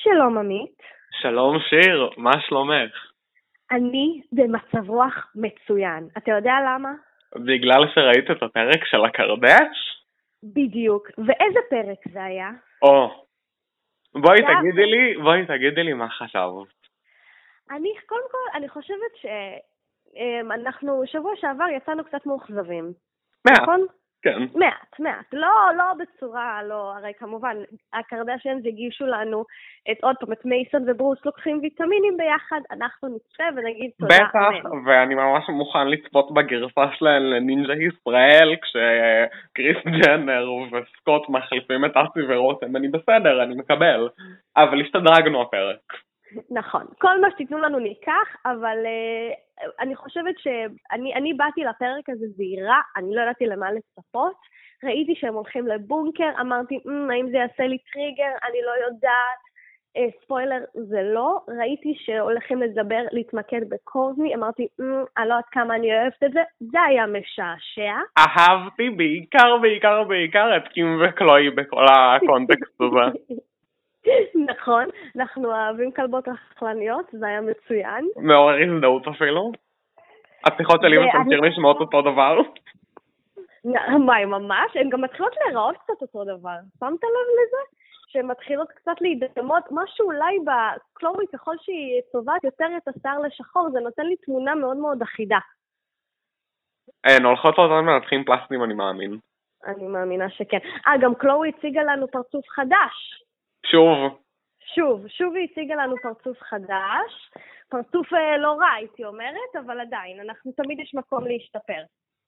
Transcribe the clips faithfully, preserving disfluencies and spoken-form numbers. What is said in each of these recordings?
שלום עמית. שלום שיר, מה שלומך? אני במצב רוח מצוין. אתה יודע למה? בגלל שראית את הפרק של הקרדש? בדיוק. ואיזה פרק זה היה? או, בואי זה תגידי היה- לי, בואי תגידי לי מה חשבת. אני, קודם כל, אני חושבת שאנחנו שבוע שעבר יצאנו קצת מאוכזבים. מעט, נכון? כן. מעט, מעט. לא, לא בצורה, לא, הרי כמובן, הקרדשיאנס הגישו לנו את עוד פעם, את מייסון וברוס לוקחים ויטמינים ביחד, אנחנו נצא ונגיד תודה. בטח, אמן. ואני ממש מוכן לצפות בגרסה שלהן לנינג'ה ישראל, כשקריס ג'נר וסקוט מחליפים את אסי ורותם, אני בסדר, אני מקבל. אבל השתדרגנו הפרק. נכון, כל מה שתיתנו לנו ניקח, אבל uh, אני חושבת שאני אני באתי לפרק הזה זהירה, אני לא ידעתי למה לצפות, ראיתי שהם הולכים לבונקר, אמרתי, mm, האם זה יעשה לי טריגר, אני לא יודעת, uh, ספוילר זה לא, ראיתי שהולכים לדבר, להתמקד בקורטני, אמרתי, mm, אני לא יודעת כמה אני אוהבת את זה, זה היה משעשע. אהבתי בעיקר, בעיקר, בעיקר את קים וקלוי בכל הקונטקסט הזה. נכון, אנחנו אוהבים כלבות רכלניות, זה היה מצוין. מעורר הזדהות אפילו. השיחות שלי ושל שיר נשמעות אותו דבר. מה, ממש? הן גם מתחילות להיראות קצת אותו דבר. שמת לב לזה? שהן מתחילות קצת להידמות, משהו אולי בקלורי, ככל שהיא צובעת יותר את השיער לשחור, זה נותן לי תמונה מאוד מאוד אחידה. הן הולכות לאותם מנתחים פלסטיים, אני מאמין. אני מאמינה שכן. אה, גם קלורי הציגה לנו פרצוף חדש. שוב. שוב, שוב היא הציגה לנו פרצוף חדש. פרצוף אה, לא רע, הייתי אומרת, אבל עדיין, אנחנו תמיד יש מקום להשתפר.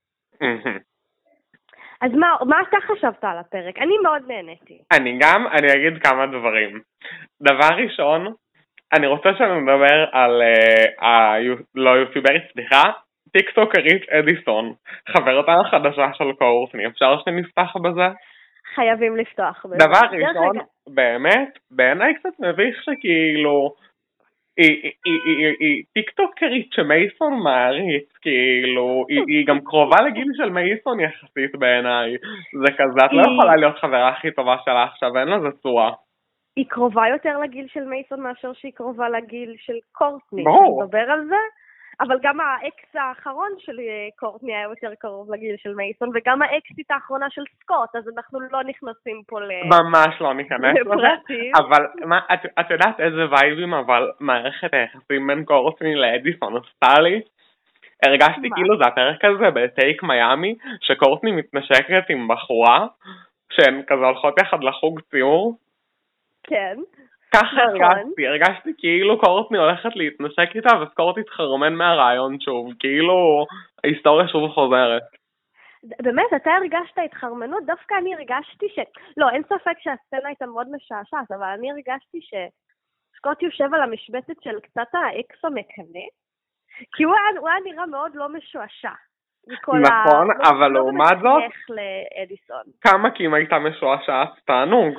אז מה, מה אתה חשבת על הפרק? אני מאוד נהניתי. אני גם, אני אגיד כמה דברים. דבר ראשון, אני רוצה שנדבר על, uh, ה... לא יוטיוברית, סליחה, טיקטוקרית אדיסון, חברתה החדשה של קורטני. אפשר שנפתח בזה? חייבים לפתוח בזה. דבר ראשון, באמת, בעיניי קצת מביך שכאילו, היא, היא, היא, היא טיקטוקרית שמייסון מעריץ, כאילו, היא, היא גם קרובה לגיל של מייסון יחסית בעיניי. זה כזה, את לא יכולה להיות חברה הכי טובה שלה עכשיו, אין לזה צורה. היא קרובה יותר לגיל של מייסון מאשר שהיא קרובה לגיל של קורטני. ברור. נדבר על זה. אבל גם האקס האחרון של קורטני היה יותר קרוב לגיל של מייסון, וגם האקסית האחרונה של סקוט, אז אנחנו לא נכנסים פה ל... ממש לא ניכנס לזה. אבל מה, את, את יודעת איזה וייבים, אבל מערכת היחסים בין קורטני לאדיסון עשתה לי? הרגשתי מה? כאילו זה הפרק הזה בטייק מיאמי, שקורטני מתנשקת עם בחורה, שהן כזה הולכות יחד לחוג ציור. כן. ככה הרגשתי, הרגשתי כאילו קורטני הולכת להתנשק איתה, וסקוט התחרמן מהרעיון שוב, כאילו ההיסטוריה שוב חוזרת. באמת, אתה הרגשת התחרמנות? דווקא אני הרגשתי ש... לא, אין ספק שהסצנה הייתה מאוד משעשעת, אבל אני הרגשתי שסקוט יושב על המשבצת של קצת האקס המקנה, כי הוא היה, הוא היה נראה מאוד לא משועשע. נכון, ה... אבל לא, לעומת לא זאת, לאדיסון. כמה קים הייתה משועשעת, תענוג.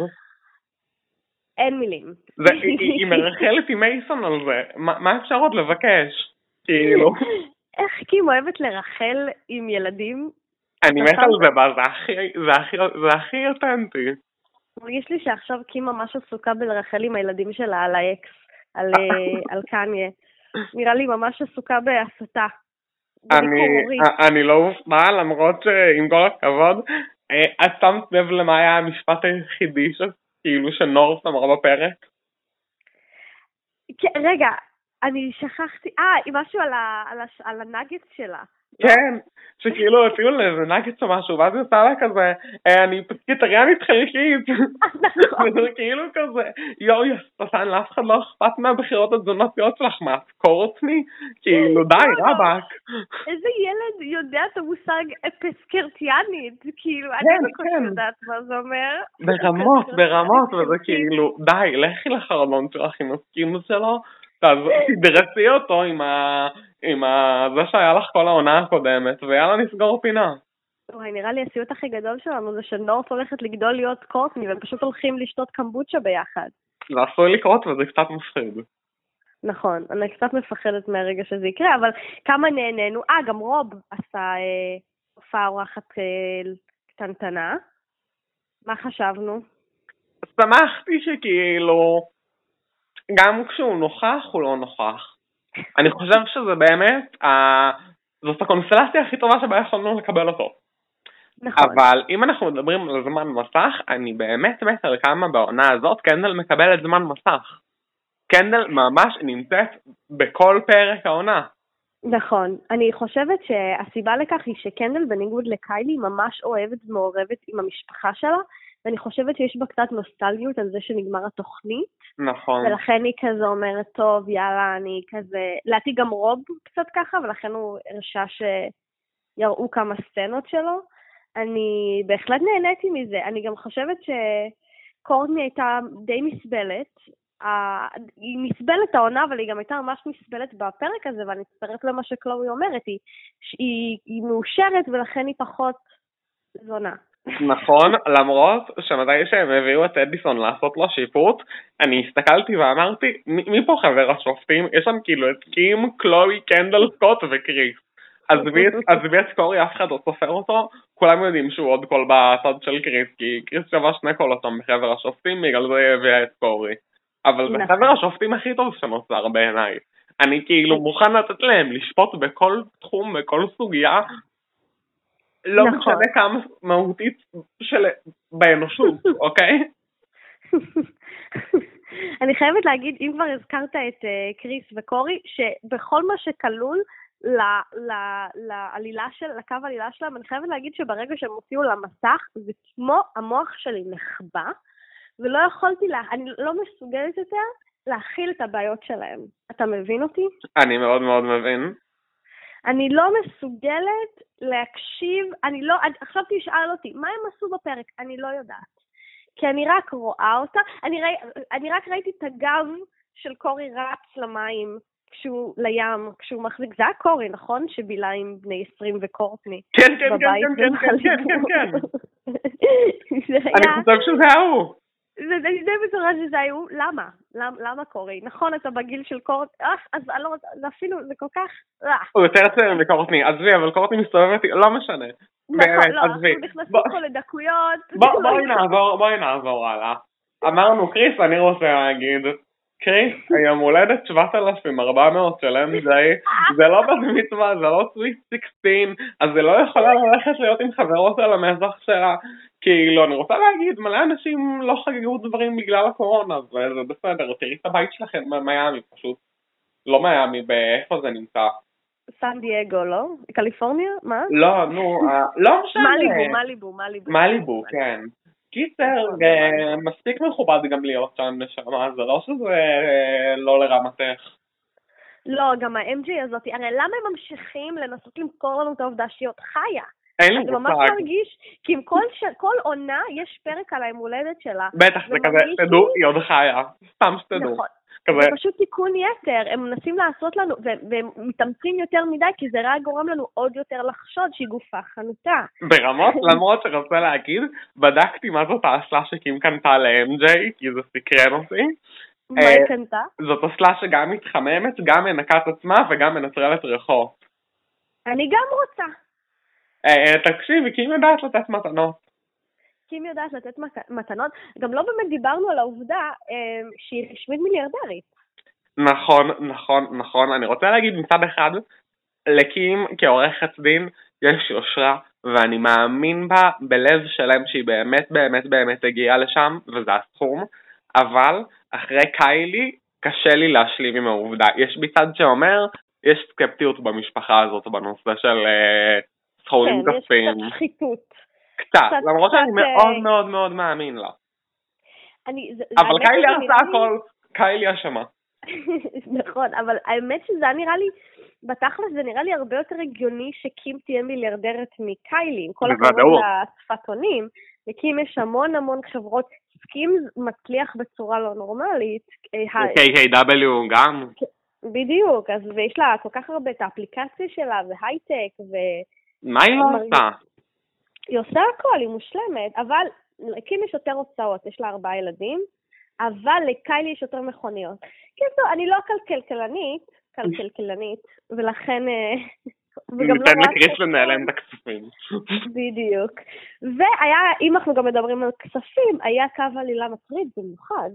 אין מילים. זה, היא, היא מרחלת עם מייסון על זה, מה, מה אפשר עוד לבקש? כאילו. איך קים אוהבת לרחל עם ילדים? אני מת על זה, זה הכי, זה הכי, זה הכי אותנטי. מרגיש לי שעכשיו קים ממש עסוקה בלרחל עם הילדים שלה על האקס, על, על קניה. נראה לי ממש עסוקה בהסתה. אני, אני לא הופתע, למרות שעם כל הכבוד, את שמת לב למה היה המשפט היחידי שכאילו שנורס אמרה בפרק? רגע, אני שכחתי, אה, משהו על, ה, על, הש, על הנגץ שלה. כן, שכאילו הציעו לאיזה נגץ או משהו, ואז היא עושה לה כזה, אני פסקיטריאנית חלקית. וזה כאילו כזה, יואו יסטן, לאף אחד לא אכפת מהבחירות התזונתיות שלך, מה, קורטני? כאילו די, רבק. איזה ילד יודע את המושג פסקרטיאנית, כאילו, אני לא יודעת מה זה אומר. ברמות, ברמות, וזה כאילו, די, לכי לחרדון שלך עם הסקימוס שלו, תדרסי אותו עם ה... עם ה... זה שהיה לך כל העונה הקודמת, ויאללה נסגור פינה. וואי, נראה לי הסיוט הכי גדול שלנו זה שנורס הולכת לגדול להיות קורטני, והם פשוט הולכים לשתות קמבוצ'ה ביחד. זה עשוי לקרות וזה קצת מפחיד. נכון, אני קצת מפחדת מהרגע שזה יקרה, אבל כמה נהנינו. אה, גם רוב עשה הופעה אורחת אה, קטנטנה. מה חשבנו? שמחתי שכאילו... גם כשהוא נוכח הוא לא נוכח. אני חושב שזה באמת, זאת הקונסטלציה הכי טובה שבה יכולנו לקבל אותו. נכון. אבל אם אנחנו מדברים על זמן מסך, אני באמת מת על כמה בעונה הזאת קנדל מקבל את זמן מסך. קנדל ממש נמצאת בכל פרק העונה. נכון. אני חושבת שהסיבה לכך היא שקנדל בניגוד לקיילי ממש אוהבת ומעורבת עם המשפחה שלה, ואני חושבת שיש בה קצת נוסטלגיות על זה שנגמר התוכנית. נכון. ולכן היא כזה אומרת, טוב, יאללה, אני כזה... לעתי גם רוב קצת ככה, ולכן הוא הרשה שיראו כמה סצנות שלו. אני בהחלט נהניתי מזה. אני גם חושבת שקורטני הייתה די נסבלת. היא נסבלת העונה, אבל היא גם הייתה ממש נסבלת בפרק הזה, ואני אצטרף למה שקלואי אומרת. היא, היא, היא מאושרת, ולכן היא פחות זונה. נכון, למרות שמתי שהם הביאו את אדיסון לעשות לו שיפוט, אני הסתכלתי ואמרתי, מי פה חבר השופטים? יש שם כאילו את קים, קלואי, קנדל, סקוט וקריס. עזבי את קורי, אף אחד לא סופר אותו, כולם יודעים שהוא עוד קול בצד של קריס, כי קריס שווה שני קולות בחבר השופטים, בגלל זה הביאה את קורי. אבל זה חבר השופטים הכי טוב שנוצר בעיניי. אני כאילו מוכן לתת להם לשפוט בכל תחום, בכל סוגיה, לא משנה כמה מהותית של באנושות, אוקיי? אני חייבת להגיד, אם כבר הזכרת את קריס וקורי, שבכל מה שכלול לעלילה של, לקו העלילה שלהם, אני חייבת להגיד שברגע שהם הוציאו למסך, זה כמו המוח שלי נחבא, ולא יכולתי, לה, אני לא מסוגלת יותר להכיל את הבעיות שלהם. אתה מבין אותי? אני מאוד מאוד מבין. אני לא מסוגלת להקשיב, אני לא, עכשיו תשאל אותי, מה הם עשו בפרק? אני לא יודעת. כי אני רק רואה אותה, אני, ראי, אני רק ראיתי את הגב של קורי רץ למים, כשהוא לים, כשהוא מחזיק, זה היה קורי, נכון? שבילה עם בני עשרים וקורטני. כן, כן, כן, כן, כן, כן, כן, כן. אני חושב שזה הוא. זה די בצורה שזה היו, למה? למה קורי? נכון, אתה בגיל של קורטני, אז זה אפילו, זה כל כך רע. הוא יותר צעיר מקורטני, עזבי, אבל קורטני מסתובבת, לא משנה. נכון, לא, אנחנו נכנסים פה לדקויות. בואי נעבור הלאה. אמרנו, קריס, אני רוצה להגיד, קריס, היום הולדת שבעת אלפים ארבע מאות של אם ג'יי, זה לא בת מצווה, זה לא סוויט שש עשרה, אז זה לא יכולה ללכת להיות עם חברות על המזח שלה, כאילו, אני רוצה להגיד, מלא אנשים לא חגגו דברים בגלל הקורונה, וזה בסדר, תראי את הבית שלכם במיימי, פשוט, לא מיימי, באיפה זה נמצא? סן דייגו, לא? קליפורניה? מה? לא, נו, לא משנה. מליבו, מליבו, מליבו. מליבו, כן. קיצר, מספיק מכובד גם להיות שם נשמה, זה לא שזה לא לרמתך. לא, גם ה-אם ג'יי הזאת, הרי למה הם ממשיכים לנסות למכור לנו את העובדה שהיא עוד חיה? אין לי מושג. אני ממש מרגיש, כי עם כל עונה יש פרק על היום הולדת שלה. בטח, זה כזה, תדעו, היא עוד חיה. סתם שתדעו. נכון. זה פשוט תיקון יתר, הם מנסים לעשות לנו, והם מתאמצים יותר מדי, כי זה רק גורם לנו עוד יותר לחשוד שהיא גופה חנותה. ברמות, למרות שרוצה להגיד, בדקתי מה זאת האסלה שקים קנתה ל-אם ג'יי, כי זה סקרן אותי. מה היא קנתה? זאת אסלה שגם מתחממת, גם מנקת עצמה וגם מנטרלת ריחות. אני גם רוצה. תקשיבי, קים יודעת לתת מתנות. קים יודעת לתת מתנות, גם לא באמת דיברנו על העובדה שהיא רשמית מיליארדרית. נכון, נכון, נכון. אני רוצה להגיד מצד אחד, לקים כעורכת דין יש יושרה, ואני מאמין בה בלב שלם שהיא באמת באמת באמת הגיעה לשם, וזה הסכום, אבל אחרי קיילי קשה לי להשלים עם העובדה. יש מצד שאומר, יש סקפטיות במשפחה הזאת בנושא של סכומים כספיים. כן, יש קצת שחיתות. קצת, למרות שאני מאוד מאוד מאוד מאמין לה. אבל קיילי עשה הכל, קיילי אשמה. נכון, אבל האמת שזה נראה לי, בתכלס זה נראה לי הרבה יותר הגיוני שקים תהיה מיליארדרת מקיילי, עם כל הכבוד לספתונים, לקים יש המון המון חברות, קים מצליח בצורה לא נורמלית. קיי קיי דאבליו גם. בדיוק, אז ויש לה כל כך הרבה את האפליקציה שלה, והייטק, ו... מה היא לא עושה? היא עושה הכל, היא מושלמת, אבל לקים יש יותר הוצאות, יש לה ארבעה ילדים, אבל לקיילי יש יותר מכוניות. כן, טוב, אני לא כלכלנית, כלכלנית, ולכן ניתן לקריס לנהל להם את הכספים. בדיוק. והיה, אם אנחנו גם מדברים על כספים, היה קו עלילה מטריד במיוחד.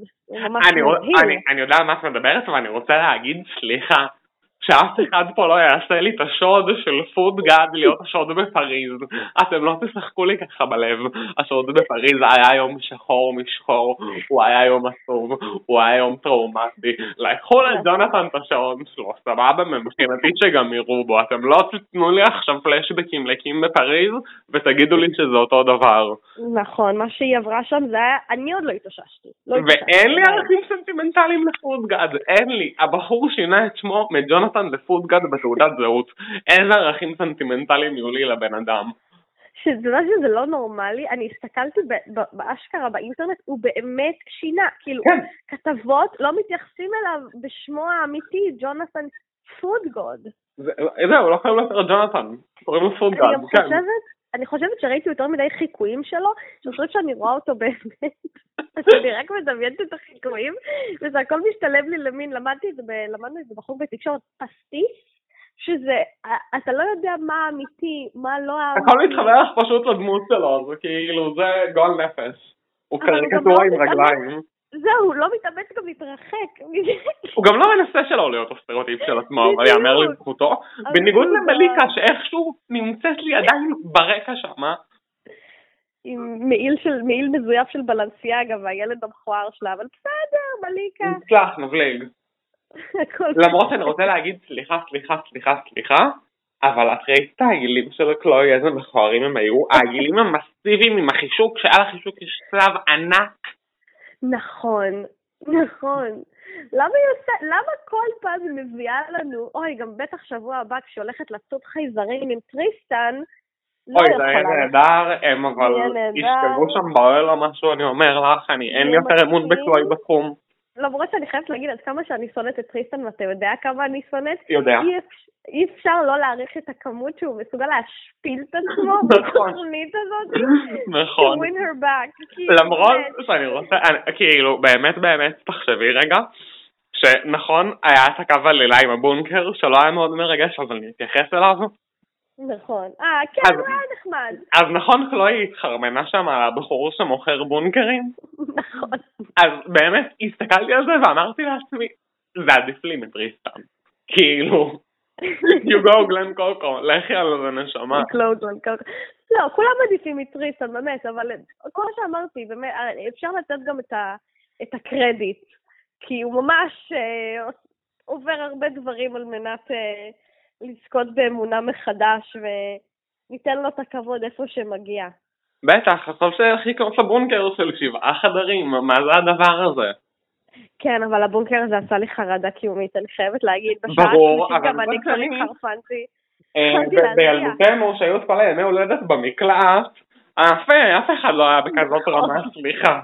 אני יודע מה את מדברת, ואני רוצה להגיד, סליחה, שאף אחד פה לא יעשה לי את השוד של פוד גאד להיות השוד בפריז. אתם לא תשחקו לי ככה בלב. השוד בפריז היה יום שחור משחור, הוא היה יום עצוב, הוא היה יום טראומטי. לקחו לג'ונתן את השעון שלו, סבבה, מבחינתי שגם יראו בו. אתם לא תתנו לי עכשיו פלשבקים לקים בפריז ותגידו לי שזה אותו דבר. נכון, מה שהיא עברה שם זה היה, אני עוד לא התאוששתי. ואין לי ערכים סנטימנטליים לפוד גאד, אין לי. הבחור שינה את שמו מג'ונתן לפוד גאד בתעודת זהות. איזה ערכים סנטימנטליים יהיו לי לבן אדם? שזה מה שזה לא נורמלי, אני הסתכלתי באשכרה באינטרנט, הוא באמת שינה, כאילו כתבות לא מתייחסים אליו בשמו האמיתי, ג'ונתן פוד גאד. זהו, לא קוראים לו ג'ונתן, קוראים לו פוד גאד. אני חושבת שראיתי יותר מדי חיקויים שלו, שאני חושבת שאני רואה אותו באמת, אז אני רק מדמיינת את החיקויים, וזה הכל משתלב לי למין, למדתי את זה, למדנו את זה בחוג בתקשורת, פסטיס, שזה, אתה לא יודע מה אמיתי, מה לא האמיתי. הכל מתחבר לך פשוט לדמות שלו, זה כאילו, זה גועל נפש. הוא קריקטורה עם רגליים. זהו, הוא לא מתאמץ גם להתרחק. הוא גם לא מנסה שלא להיות הסטריאוטיפ של עצמו, אבל יאמר לזכותו. בניגוד למליקה שאיכשהו נמצאת לי עדיין ברקע שם. עם מעיל מזויף של בלנסיאגה והילד המכוער שלה, אבל בסדר, מליקה. נצלח, נבליג. למרות שאני רוצה להגיד סליחה, סליחה, סליחה, סליחה, אבל אחרי את העגילים של קלוי, איזה מכוערים הם היו, העגילים המסיביים עם החישוק, שהיה לחישוק יש צלב ענק. נכון, נכון. למה היא עושה, למה כל פעם היא מביאה לנו, אוי, גם בטח שבוע הבא כשהולכת לצוד חייזרים עם טריסטן, אוי, זה היה נהדר, הם אבל ישכבו שם באוהל או משהו, אני אומר לך, אין לי יותר אמון בקלוי בתחום. למרות שאני חייבת להגיד עד כמה שאני שונאת את טריסטן, ואתה יודע כמה אני שונאת? יודע. אי אפשר לא להעריך את הכמות שהוא מסוגל להשפיל את עצמו בתוכנית הזאת. נכון. To win her back. למרות שאני רוצה, כאילו, באמת באמת, תחשבי רגע, שנכון, היה את הקו עלילה עם הבונקר, שלא היה מאוד מרגש, אבל אני אתייחס אליו. נכון. אה, כן, הוא היה נחמד. אז נכון, קלוי התחרמנה שם על הבחור שמוכר בונקרים? נכון. אז באמת, הסתכלתי על זה ואמרתי לעצמי, זה עדיף לי מטריסטן. כאילו, you go גלן קוקו, לכי על זה נשמה. גלן קוקו. לא, כולם עדיפים מטריסטן, באמת, אבל כמו שאמרתי, באמת, אפשר לתת גם את הקרדיט, כי הוא ממש עובר הרבה דברים על מנת לזכות באמונה מחדש, וניתן לו את הכבוד איפה שמגיע. בטח, עכשיו שהכי קרוב לבונקר של שבעה חדרים, מה זה הדבר הזה? כן, אבל הבונקר הזה עשה לי חרדה קיומית, אני חייבת להגיד, ברור, אבל גם אני כבר התחרפנתי. בילדותנו, שהיו את כל הימי הולדת במקלט, יפה, אף אחד לא היה בכזאת רמה, סליחה.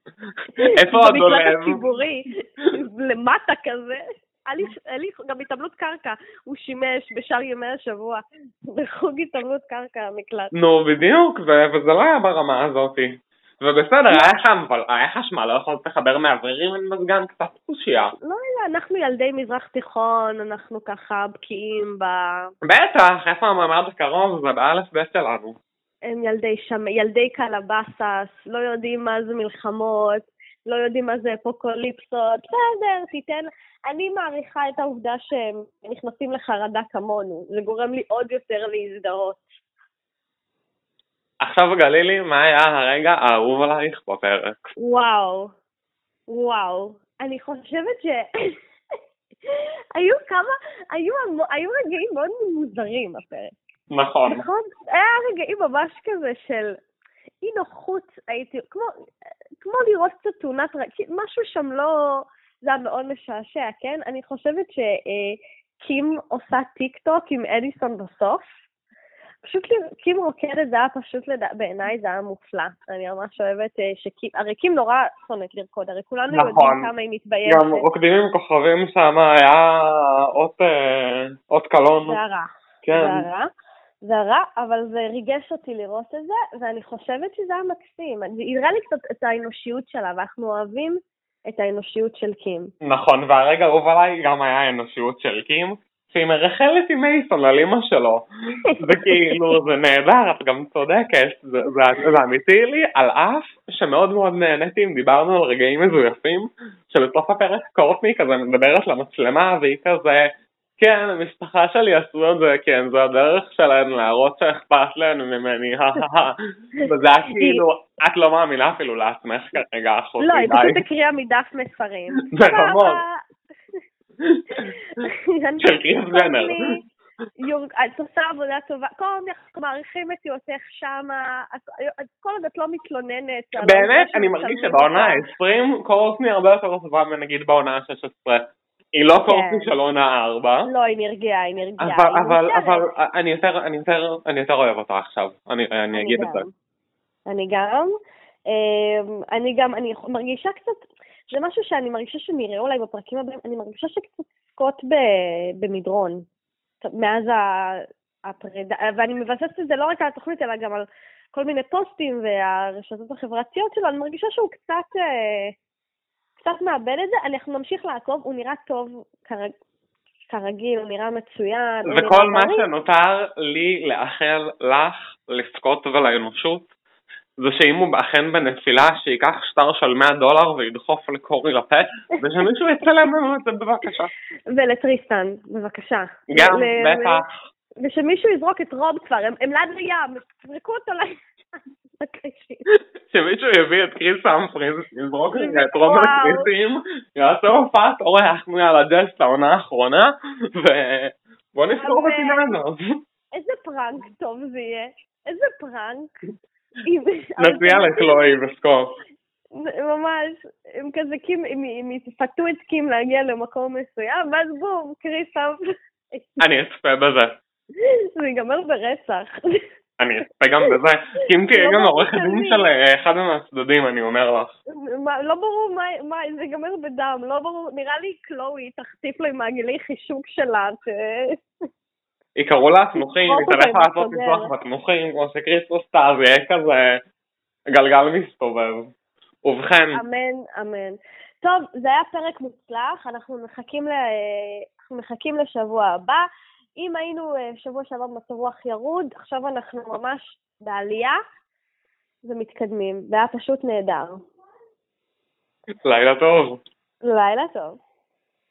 איפה הדולב? במקלט הציבורי, למטה כזה. היה לי גם התעמלות קרקע, הוא שימש בשאר ימי השבוע, בחוג התעמלות קרקע המקלט. נו, בדיוק, וזה לא היה ברמה הזאת. ובסדר, היה שם, אבל היה חשמל, לא יכולת לחבר מעברים עם מזגן, קצת קושיה. לא, אנחנו ילדי מזרח תיכון, אנחנו ככה בקיאים ב... בטח, איפה המעמד הקרוב, זה באלף בית שלנו. הם ילדי שם, ילדי קלבאסס, לא יודעים מה זה מלחמות, לא יודעים מה זה אפוקליפסות, בסדר, תיתן... אני מעריכה את העובדה שהם נכנסים לחרדה כמונו, זה גורם לי עוד יותר להזדהות. עכשיו גלילי, מה היה הרגע האהוב עלייך בפרק? וואו, וואו, אני חושבת ש... היו כמה, היו, היו רגעים מאוד מוזרים בפרק. נכון. נכון? היה רגעים ממש כזה של אי נוחות, הייתי, כמו, כמו לראות קצת תאונת, משהו שם לא... זה היה מאוד משעשע, כן? אני חושבת שקים עושה טיק טוק עם אדיסון בסוף. פשוט קים רוקדת, זה היה פשוט בעיניי, זה היה מופלא. אני ממש אוהבת שקים, הרי קים נורא שונאת לרקוד, הרי כולנו יודעים כמה היא מתביישת. גם רוקדים עם כוכבים שם היה עוד קלון. זה הרע. זה הרע. זה הרע, אבל זה ריגש אותי לראות את זה, ואני חושבת שזה היה מקסים. זה יראה לי קצת את האנושיות שלה, ואנחנו אוהבים את האנושיות של קים. נכון, והרגע האהוב עליי גם היה האנושיות של קים, שהיא מרחלת עם מייסון על אמא שלו. זה כאילו, זה נהדר, את גם צודקת, זה, זה, זה אמיתי לי, על אף שמאוד מאוד נהניתי אם דיברנו על רגעים מזויפים, שבסוף הפרק קורטני כזה מדברת למצלמה, והיא כזה, כן, המשפחה שלי עשו את זה, כן, זה הדרך שלהם להראות שאכפת לנו ממני, וזה היה כאילו, את לא מאמינה אפילו לעצמך כרגע, אחותי. לא, היא פשוט הקריאה מדף מספרים. זה המון. של קריס ג'נר. את עושה עבודה טובה, כל עוד אנחנו מעריכים את יוסך שמה, כל עוד את לא מתלוננת. באמת, אני מרגיש שבעונה ה-עשרים קורטני הרבה יותר טובה מנגיד בעונה ה-שש עשרה. היא לא קורטני של עונה ארבע. לא, היא נרגעה, היא נרגעה. אבל אני יותר אוהב אותה עכשיו, אני אגיד את זה. אני גם. אני גם, אני מרגישה קצת, זה משהו שאני מרגישה שנראה אולי בפרקים הבאים, אני מרגישה שקצת סקוט במדרון, מאז הפרידה, ואני מבססת את זה לא רק על התוכנית, אלא גם על כל מיני פוסטים והרשתות החברתיות שלו, אני מרגישה שהוא קצת, קצת מאבד את זה, אנחנו נמשיך לעקוב, הוא נראה טוב כרגיל, הוא נראה מצוין. וכל מה שנותר לי לאחל לך, לסקוט ולאנושות, זה שאם הוא אכן בנפילה, שיקח שטר של מאה דולר וידחוף לקורי לפה, ושמישהו יצלם לנו את זה בבקשה. ולטריסטן, בבקשה. גם, בטח. ושמישהו יזרוק את רוב כבר, הם ליד לים, תזרקו אותו לים. שמישהו יביא את קריס אמפריז, יזרוק את רוב הקריסים, יעשה הופעת אורח על הדסט העונה האחרונה, ובוא נזכור בפינה הזאת. איזה פרנק טוב זה יהיה, איזה פרנק. נציע לקלוי וסקוט. ממש, הם כזה קים, הם יפתו את קים להגיע למקום מסוים, ואז בום, קריס אמפריז. אני אצפה בזה. זה ייגמר ברצח. אני אצפה גם בזה, קים תהיה גם עורך הדין של אחד מהצדדים, אני אומר לך. לא ברור מה, זה ייגמר בדם, לא ברור, נראה לי קלוי תחטיף לו עם מעגלי חישוק שלה. יקראו לה תנוחים, היא תלך לעשות ניסוח בתנוחים, כמו שקריסטוס סטאר, זה יהיה כזה גלגל מסתובב. ובכן. אמן, אמן. טוב, זה היה פרק מוצלח, אנחנו מחכים, ל... אנחנו מחכים לשבוע הבא. אם היינו שבוע שעבר במצב רוח ירוד, עכשיו אנחנו ממש בעלייה ומתקדמים. זה היה פשוט נהדר. לילה טוב. לילה טוב.